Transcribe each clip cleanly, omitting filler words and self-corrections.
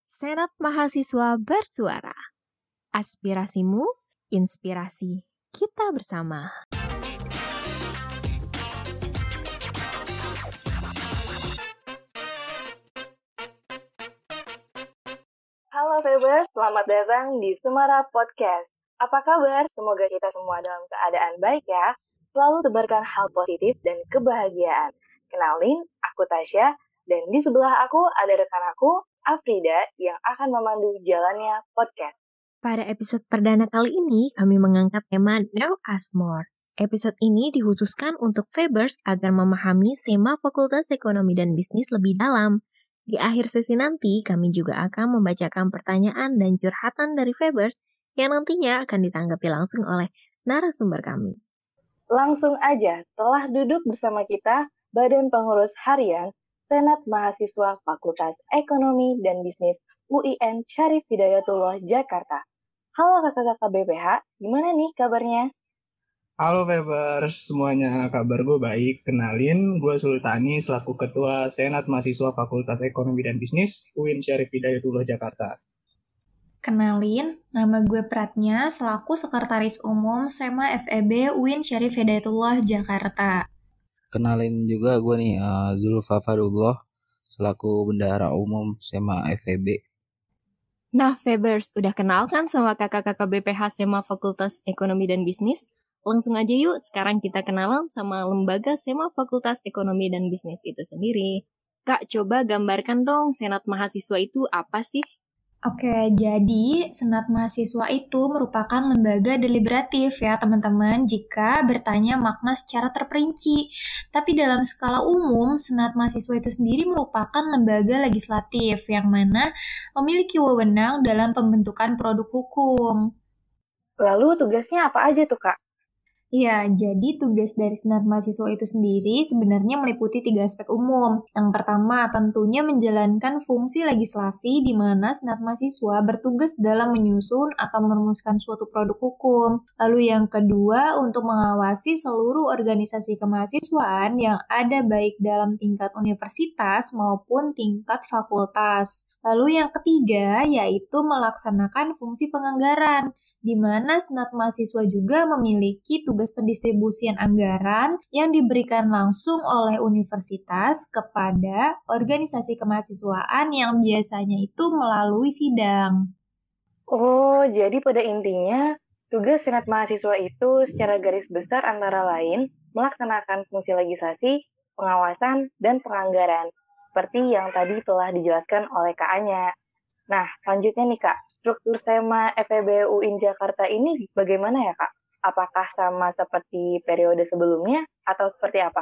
Senat Mahasiswa Bersuara. Aspirasimu, inspirasi kita bersama. Halo Faber, selamat datang di Semara Podcast. Apa kabar? Semoga kita semua dalam keadaan baik ya. Selalu tebarkan hal positif dan kebahagiaan. Kenalin, aku Tasya, dan di sebelah aku ada rekan aku, Afrida, yang akan memandu jalannya podcast. Pada episode perdana kali ini, kami mengangkat tema Know Us More. Episode ini dikhususkan untuk Fabers agar memahami SEMA Fakultas Ekonomi dan Bisnis lebih dalam. Di akhir sesi nanti, kami juga akan membacakan pertanyaan dan curhatan dari Fabers yang nantinya akan ditanggapi langsung oleh narasumber kami. Langsung aja, telah duduk bersama kita Badan Pengurus Harian Senat Mahasiswa Fakultas Ekonomi dan Bisnis UIN Syarif Hidayatullah Jakarta. Halo kakak-kakak BPH, gimana nih kabarnya? Halo Febers, semuanya kabar gue baik. Kenalin, gue Sultani selaku Ketua Senat Mahasiswa Fakultas Ekonomi dan Bisnis UIN Syarif Hidayatullah Jakarta. Kenalin, nama gue Pratnya selaku Sekretaris Umum SEMA FEB UIN Syarif Hidayatullah Jakarta. Kenalin juga gue nih Zulfafarullah selaku Bendahara Umum SEMA FEB. Nah Fabers, udah kenal kan sama kakak-kakak BPH SEMA Fakultas Ekonomi dan Bisnis? Langsung aja yuk, sekarang kita kenalan sama lembaga SEMA Fakultas Ekonomi dan Bisnis itu sendiri. Kak, coba gambarkan dong Senat Mahasiswa itu apa sih? Oke, jadi Senat Mahasiswa itu merupakan lembaga deliberatif ya teman-teman jika bertanya makna secara terperinci. Tapi dalam skala umum, Senat Mahasiswa itu sendiri merupakan lembaga legislatif yang mana memiliki wewenang dalam pembentukan produk hukum. Lalu tugasnya apa aja tuh Kak? Ya, jadi tugas dari Senat Mahasiswa itu sendiri sebenarnya meliputi 3 aspek umum. Yang pertama, tentunya menjalankan fungsi legislasi di mana Senat Mahasiswa bertugas dalam menyusun atau merumuskan suatu produk hukum. Lalu yang kedua, untuk mengawasi seluruh organisasi kemahasiswaan yang ada baik dalam tingkat universitas maupun tingkat fakultas. Lalu yang ketiga, yaitu melaksanakan fungsi penganggaran, di mana Senat Mahasiswa juga memiliki tugas pendistribusian anggaran yang diberikan langsung oleh universitas kepada organisasi kemahasiswaan yang biasanya itu melalui sidang. Oh, jadi pada intinya, tugas Senat Mahasiswa itu secara garis besar antara lain melaksanakan fungsi legislasi, pengawasan, dan penganggaran, seperti yang tadi telah dijelaskan oleh Kak Anya. Nah, selanjutnya nih Kak, struktur SEMA FEB UIN Jakarta ini bagaimana ya Kak? Apakah sama seperti periode sebelumnya atau seperti apa?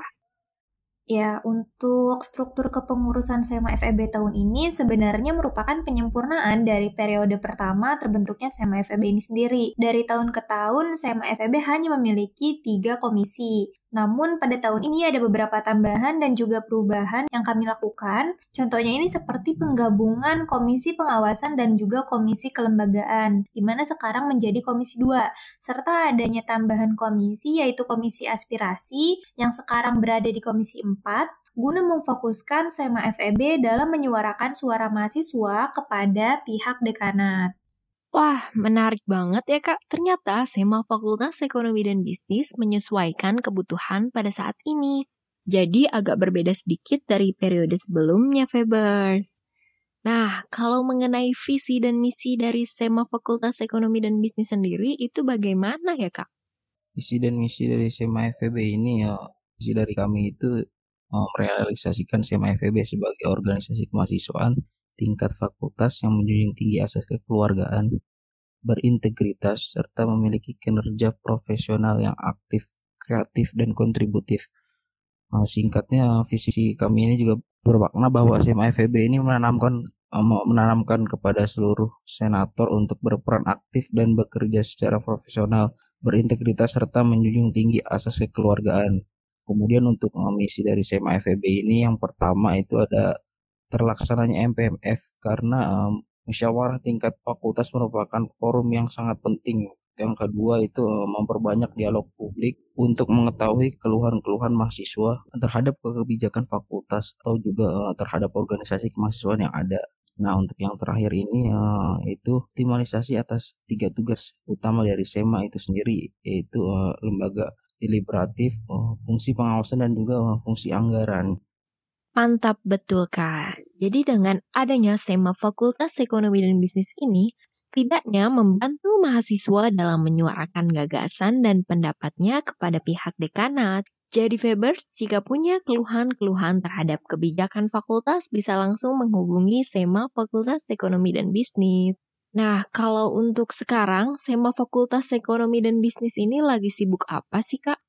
Ya, untuk struktur kepengurusan SEMA FEB tahun ini sebenarnya merupakan penyempurnaan dari periode pertama terbentuknya SEMA FEB ini sendiri. Dari tahun ke tahun, SEMA FEB hanya memiliki 3 komisi. Namun pada tahun ini ada beberapa tambahan dan juga perubahan yang kami lakukan. Contohnya ini seperti penggabungan komisi pengawasan dan juga komisi kelembagaan, di mana sekarang menjadi komisi 2, serta adanya tambahan komisi yaitu komisi aspirasi yang sekarang berada di komisi 4, guna memfokuskan SEMA FEB dalam menyuarakan suara mahasiswa kepada pihak dekanat. Wah, menarik banget ya Kak. Ternyata SEMA Fakultas Ekonomi dan Bisnis menyesuaikan kebutuhan pada saat ini. Jadi agak berbeda sedikit dari periode sebelumnya, Fabers. Nah, kalau mengenai visi dan misi dari SEMA Fakultas Ekonomi dan Bisnis sendiri, itu bagaimana ya Kak? Visi dan misi dari SEMA FEB ini visi dari kami itu merealisasikan SEMA FEB sebagai organisasi kemahasiswaan tingkat fakultas yang menjunjung tinggi asas kekeluargaan, berintegritas, serta memiliki kinerja profesional yang aktif, kreatif, dan kontributif. Singkatnya, visi kami ini juga bermakna bahwa SEMA FEB ini menanamkan kepada seluruh senator untuk berperan aktif dan bekerja secara profesional, berintegritas, serta menjunjung tinggi asas kekeluargaan. Kemudian untuk misi dari SEMA FEB ini yang pertama itu ada terlaksananya MPMF karena musyawarah tingkat fakultas merupakan forum yang sangat penting. Yang kedua itu memperbanyak dialog publik untuk mengetahui keluhan-keluhan mahasiswa terhadap kebijakan fakultas atau juga terhadap organisasi kemahasiswaan yang ada. Nah, untuk yang terakhir ini itu optimalisasi atas 3 tugas utama dari SEMA itu sendiri, yaitu lembaga deliberatif, fungsi pengawasan dan juga fungsi anggaran. Mantap betul, Kak. Jadi dengan adanya SEMA Fakultas Ekonomi dan Bisnis ini, setidaknya membantu mahasiswa dalam menyuarakan gagasan dan pendapatnya kepada pihak dekanat. Jadi Febers, jika punya keluhan-keluhan terhadap kebijakan fakultas bisa langsung menghubungi SEMA Fakultas Ekonomi dan Bisnis. Nah, kalau untuk sekarang, SEMA Fakultas Ekonomi dan Bisnis ini lagi sibuk apa sih, Kak?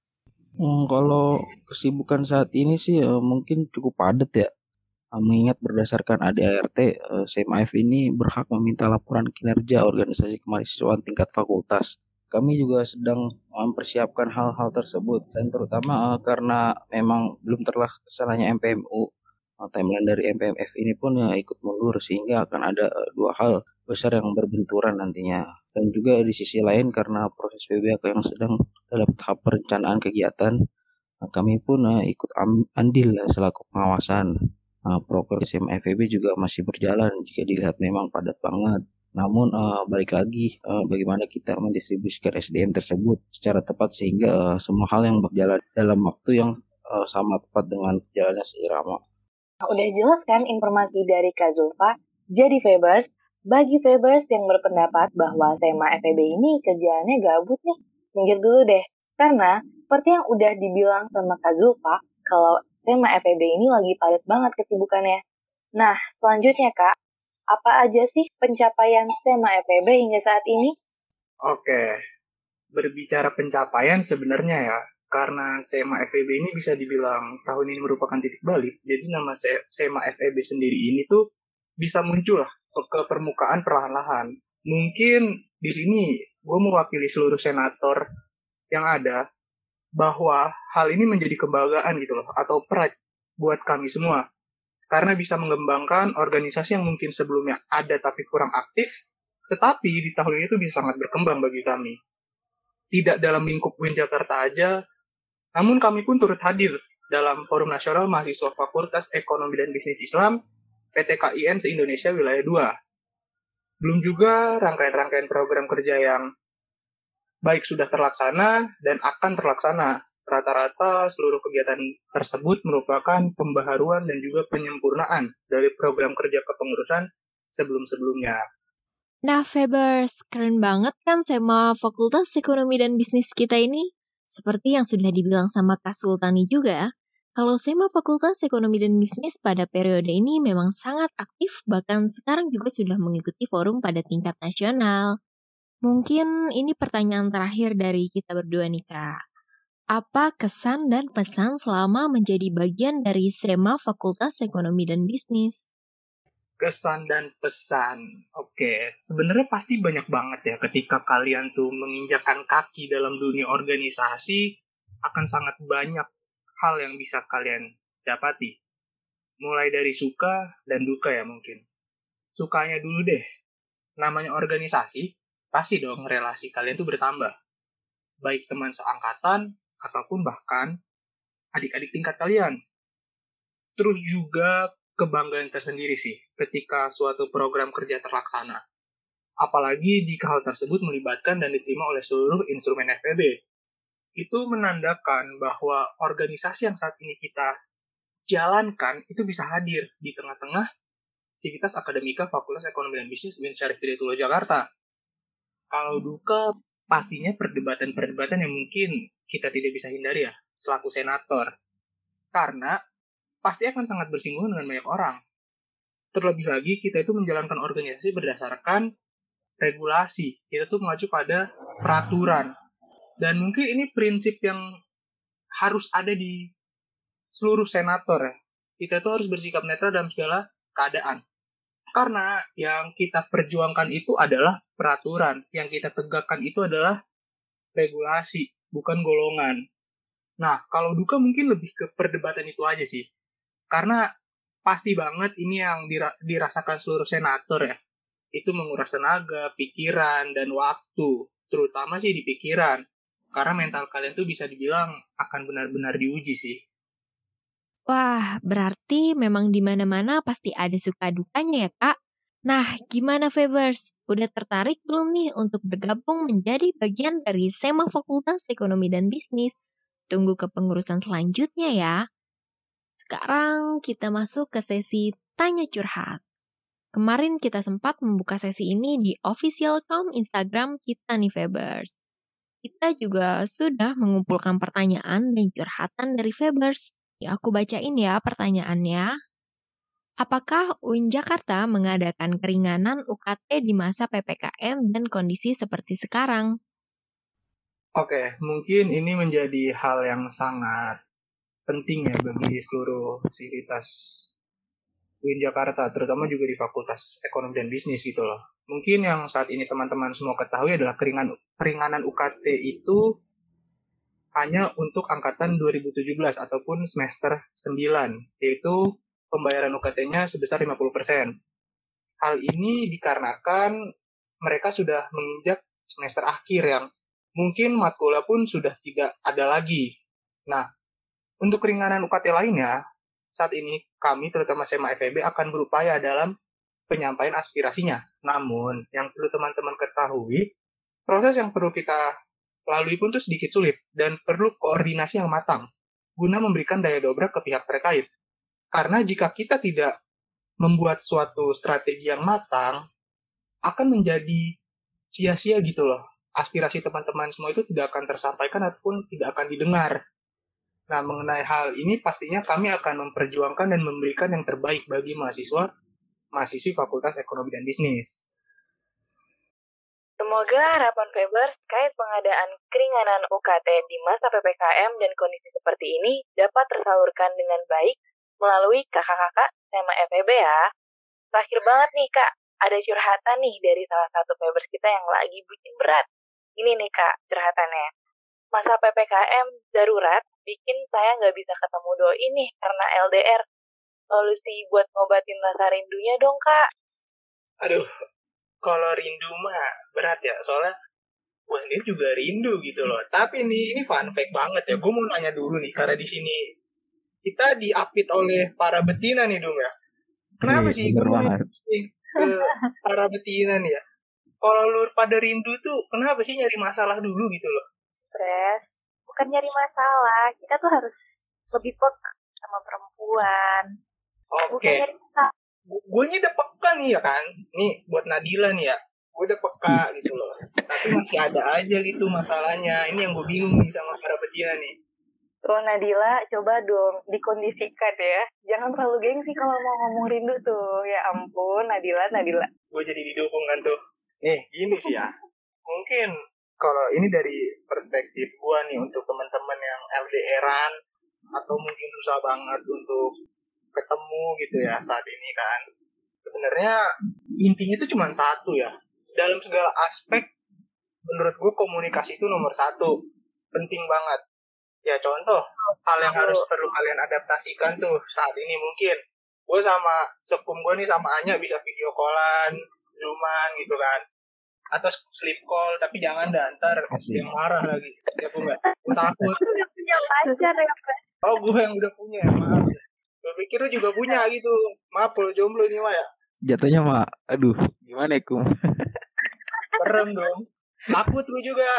Kalau kesibukan saat ini sih mungkin cukup padat ya. Mengingat berdasarkan ADART, SEMAF ini berhak meminta laporan kinerja organisasi kemahasiswaan tingkat fakultas. Kami juga sedang mempersiapkan hal-hal tersebut dan terutama karena memang belum terlaksananya MPMU, timeline dari MPMF ini pun ikut mundur sehingga akan ada dua hal besar yang berbenturan nantinya. Dan juga di sisi lain karena proses PBK yang sedang dalam tahap perencanaan kegiatan, kami pun ikut andil selaku pengawasan. Proker SEMA FEB juga masih berjalan jika dilihat memang padat banget. Namun balik lagi bagaimana kita mendistribusikan SDM tersebut secara tepat sehingga semua hal yang berjalan dalam waktu yang sama tepat dengan jalannya seirama. Udah jelas kan informasi dari Kak Zulfa? Jadi Febers, bagi Febers yang berpendapat bahwa SEMA FEB ini kerjaannya gabut nih, minggir dulu deh. Karena seperti yang udah dibilang sama Kak Zulfa, kalau SEMA FEB ini lagi padat banget kesibukannya. Nah, selanjutnya Kak, apa aja sih pencapaian SEMA FEB hingga saat ini? Oke, berbicara pencapaian sebenarnya ya, karena SEMA FEB ini bisa dibilang tahun ini merupakan titik balik, jadi nama SEMA FEB sendiri ini tuh bisa muncul ke permukaan perlahan-lahan. Mungkin di sini gue mewakili seluruh senator yang ada, bahwa hal ini menjadi kebanggaan gitu loh, atau pride buat kami semua. Karena bisa mengembangkan organisasi yang mungkin sebelumnya ada tapi kurang aktif, tetapi di tahun ini tuh bisa sangat berkembang bagi kami. Tidak dalam lingkup UIN Jakarta aja, namun kami pun turut hadir dalam Forum Nasional Mahasiswa Fakultas Ekonomi dan Bisnis Islam PTKIN se-Indonesia Wilayah 2. Belum juga rangkaian-rangkaian program kerja yang baik sudah terlaksana dan akan terlaksana. Rata-rata seluruh kegiatan tersebut merupakan pembaharuan dan juga penyempurnaan dari program kerja kepengurusan sebelum-sebelumnya. Nah, Febers, keren banget kan tema Fakultas Ekonomi dan Bisnis kita ini? Seperti yang sudah dibilang sama Kak Sultani juga, kalau SEMA Fakultas Ekonomi dan Bisnis pada periode ini memang sangat aktif, bahkan sekarang juga sudah mengikuti forum pada tingkat nasional. Mungkin ini pertanyaan terakhir dari kita berdua nih, Kak. Apa kesan dan pesan selama menjadi bagian dari SEMA Fakultas Ekonomi dan Bisnis? Kesan dan pesan. Oke, sebenarnya pasti banyak banget ya ketika kalian tuh menginjakkan kaki dalam dunia organisasi, akan sangat banyak hal yang bisa kalian dapati. Mulai dari suka dan duka ya mungkin. Sukanya dulu deh. Namanya organisasi, pasti dong relasi kalian tuh bertambah. Baik teman seangkatan, ataupun bahkan adik-adik tingkat kalian. Terus juga kebanggaan tersendiri sih ketika suatu program kerja terlaksana. Apalagi jika hal tersebut melibatkan dan diterima oleh seluruh instrumen FEB. Itu menandakan bahwa organisasi yang saat ini kita jalankan itu bisa hadir di tengah-tengah Civitas Akademika Fakultas Ekonomi dan Bisnis UIN Syarif Hidayatullah Jakarta. Kalau duka, pastinya perdebatan-perdebatan yang mungkin kita tidak bisa hindari ya, selaku senator. Karena pasti akan sangat bersinggungan dengan banyak orang. Terlebih lagi, kita itu menjalankan organisasi berdasarkan regulasi. Kita tuh mengacu pada peraturan. Dan mungkin ini prinsip yang harus ada di seluruh senator ya. Kita tuh harus bersikap netral dalam segala keadaan. Karena yang kita perjuangkan itu adalah peraturan. Yang kita tegakkan itu adalah regulasi, bukan golongan. Nah, kalau duka mungkin lebih ke perdebatan itu aja sih. Karena pasti banget ini yang dirasakan seluruh senator ya. Itu menguras tenaga, pikiran, dan waktu. Terutama sih di pikiran. Karena mental kalian tuh bisa dibilang akan benar-benar diuji sih. Wah, berarti memang di mana-mana pasti ada suka dukanya ya, Kak? Nah, gimana Febers? Udah tertarik belum nih untuk bergabung menjadi bagian dari SEMA Fakultas Ekonomi dan Bisnis? Tunggu kepengurusan selanjutnya ya. Sekarang kita masuk ke sesi Tanya Curhat. Kemarin kita sempat membuka sesi ini di official account Instagram kita nih Febers. Kita juga sudah mengumpulkan pertanyaan dan curhatan dari Febers. Ya, aku bacain ya pertanyaannya. Apakah UIN Jakarta mengadakan keringanan UKT di masa PPKM dan kondisi seperti sekarang? Oke, mungkin ini menjadi hal yang sangat penting ya bagi seluruh sivitas UIN Jakarta, terutama juga di Fakultas Ekonomi dan Bisnis gitu loh. Mungkin yang saat ini teman-teman semua ketahui adalah keringanan UKT itu hanya untuk angkatan 2017 ataupun semester 9, yaitu pembayaran UKT-nya sebesar 50%. Hal ini dikarenakan mereka sudah menginjak semester akhir yang mungkin matkulnya pun sudah tidak ada lagi. Nah, untuk keringanan UKT lainnya, saat ini kami terutama SEMA FEB akan berupaya dalam penyampaian aspirasinya. Namun, yang perlu teman-teman ketahui, proses yang perlu kita lalui pun itu sedikit sulit dan perlu koordinasi yang matang guna memberikan daya dobrak ke pihak terkait. Karena jika kita tidak membuat suatu strategi yang matang, akan menjadi sia-sia gitu loh. Aspirasi teman-teman semua itu tidak akan tersampaikan ataupun tidak akan didengar. Nah, mengenai hal ini pastinya kami akan memperjuangkan dan memberikan yang terbaik bagi mahasiswi Fakultas Ekonomi dan Bisnis. Semoga harapan Febers terkait pengadaan keringanan UKT di masa PPKM dan kondisi seperti ini dapat tersalurkan dengan baik melalui kakak-kakak SEMA FEB ya. Terakhir banget nih Kak, ada curhatan nih dari salah satu Febers kita yang lagi bikin berat. Ini nih Kak curhatannya. Masa PPKM darurat bikin saya nggak bisa ketemu doi nih karena LDR. Solusi buat ngobatin rasa rindunya dong Kak. Aduh, kalau rindu mah berat ya, soalnya gue sendiri juga rindu gitu loh. Tapi ini fun fact banget ya. Gue mau nanya dulu nih, karena di sini kita diapit oleh para betina nih, Dum ya. Kenapa sih gue mau ke para betina nih ya? Kalau lu pada rindu tuh, kenapa sih nyari masalah dulu gitu loh? Stres, bukan nyari masalah. Kita tuh harus lebih peka sama perempuan. Bukan Oke. nyari masalah. Gue ini udah peka nih ya kan. Nih buat Nadila nih ya. Gue udah peka gitu loh. Tapi masih ada aja gitu masalahnya. Ini yang gue bingung nih sama para betina nih. Tuh Nadila, coba dong dikondisikan ya. Jangan terlalu gengsi kalau mau ngomong rindu tuh. Ya ampun, Nadila. Gue jadi didukung kan tuh. Nih, gini sih ya. Mungkin kalau ini dari perspektif gue nih untuk teman-teman yang LDR-an atau mungkin susah banget untuk ketemu gitu ya saat ini kan. Sebenarnya intinya itu cuma satu ya. Dalam segala aspek, menurut gue komunikasi itu nomor satu. Penting banget. Ya contoh, hal yang harus perlu kalian adaptasikan tuh saat ini mungkin. Gue sama sepupu gue nih sama Anya bisa video callan, zooman gitu kan. Atau sleep call, tapi jangan dah, ntar dia marah lagi. Ya gue gak, gue takut. Udah punya pacar ya, Pak. Oh, gue yang udah punya, maaf. Gue pikir lu juga punya gitu. Maaf, lu jomblo nih, Mak ya. Jatuhnya mah, aduh, gimana ya kum? Serem dong. Takut lu juga.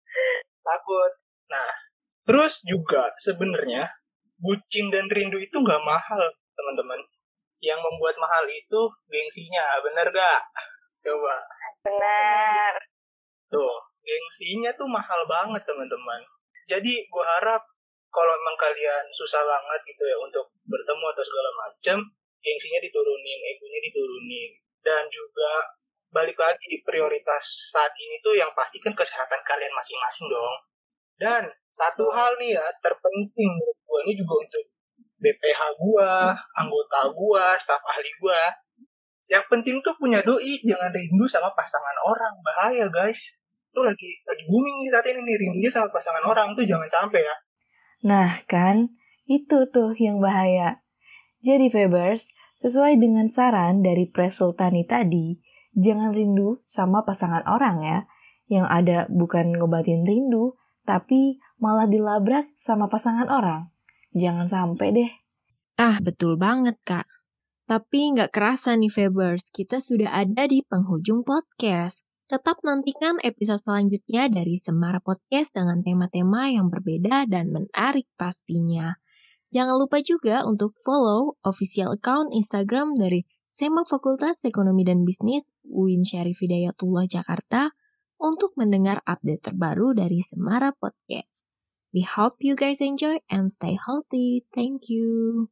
Takut. Nah, terus juga sebenarnya bucin dan rindu itu nggak mahal, teman-teman. Yang membuat mahal itu gengsinya, bener gak? Coba. Benar. Tuh, gengsinya tuh mahal banget, teman-teman. Jadi, gue harap kalau memang kalian susah banget gitu ya untuk bertemu atau segala macam, gengsinya diturunin, egonya diturunin. Dan juga balik lagi prioritas saat ini tuh yang pasti kan kesehatan kalian masing-masing dong. Dan satu hal nih ya, terpenting menurut gue ini juga untuk BPH gue, anggota gue, staf ahli gue. Yang penting tuh punya doi, jangan rindu sama pasangan orang. Bahaya guys. Tuh lagi booming nih saat ini nih, rindunya sama pasangan orang tuh jangan sampai ya. Nah kan, itu tuh yang bahaya. Jadi Febers, sesuai dengan saran dari Pres Sultani tadi, jangan rindu sama pasangan orang ya. Yang ada bukan ngobatin rindu, tapi malah dilabrak sama pasangan orang. Jangan sampai deh. Ah, betul banget, Kak. Tapi nggak kerasa nih Febers, kita sudah ada di penghujung podcast. Tetap nantikan episode selanjutnya dari Semara Podcast dengan tema-tema yang berbeda dan menarik pastinya. Jangan lupa juga untuk follow official account Instagram dari SEMA Fakultas Ekonomi dan Bisnis UIN Syarif Hidayatullah Jakarta untuk mendengar update terbaru dari Semara Podcast. We hope you guys enjoy and stay healthy. Thank you.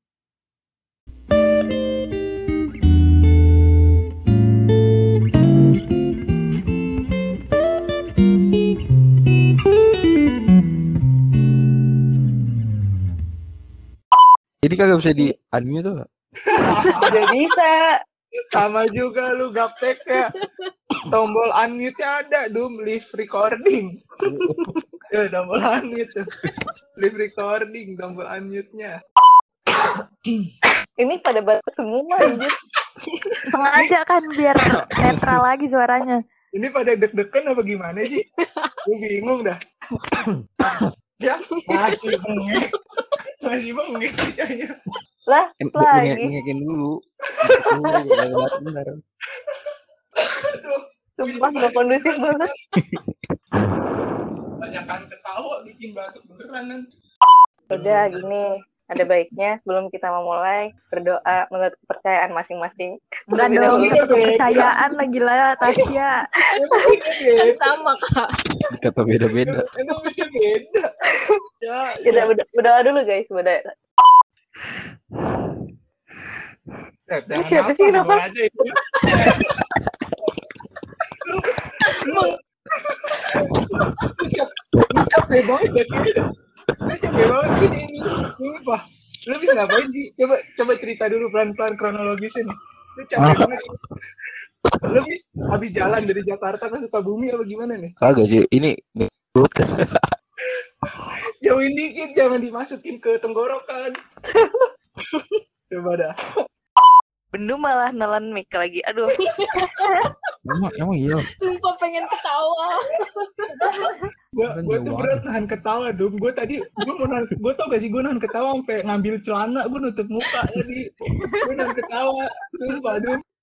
Jadi kagak bisa di unmute tuh. Udah bisa. Sama juga lu gaptek ya. Tombol unmute-nya ada, live recording. Ya, tombol unmute tuh. Live recording, tombol unmute-nya. Ini pada batuk semua anjir. Sengaja kan biar netral lagi suaranya. Ini pada deg-degan apa gimana sih? Gue bingung dah. Ya, masih bengek. Masih bengek kayaknya. Lah, lagi. Ngekin dulu. Bentar. Sumpah gak kondusif banget. Banyakan ketawa bikin batuk beneran nanti. Udah gini, ada baiknya sebelum kita memulai berdoa menurut kepercayaan masing-masing. Enggak Terlebih dong, dahulu. satu kepercayaan lagi lah Tasya. Kan sama Kak. Kata beda-beda. Emang beda. Ya, Kita berdoa dulu guys, berdoa. Siapa sih kenapa? Aja itu. Lu capek banget ya kayaknya dah. Lu capek banget kayaknya ini. Sumpah. Lu bisa ngapain sih? Coba cerita dulu pelan-pelan kronologisnya nih. Lu capek banget. Lu habis jalan dari Jakarta ke Sukabumi apa gimana nih? Kagak sih, ini Jauhin dikit, jangan dimasukin ke tenggorokan. Coba dah. Bendu malah nelan mic lagi. Aduh. emang iya. Sumpah pengen ketawa. Gue tuh berat nahan ketawa, Dum. Gue tau gak sih gue nahan ketawa sampai ngambil celana, gue nutup muka tadi. Gue nahan ketawa, sumpah, Dum.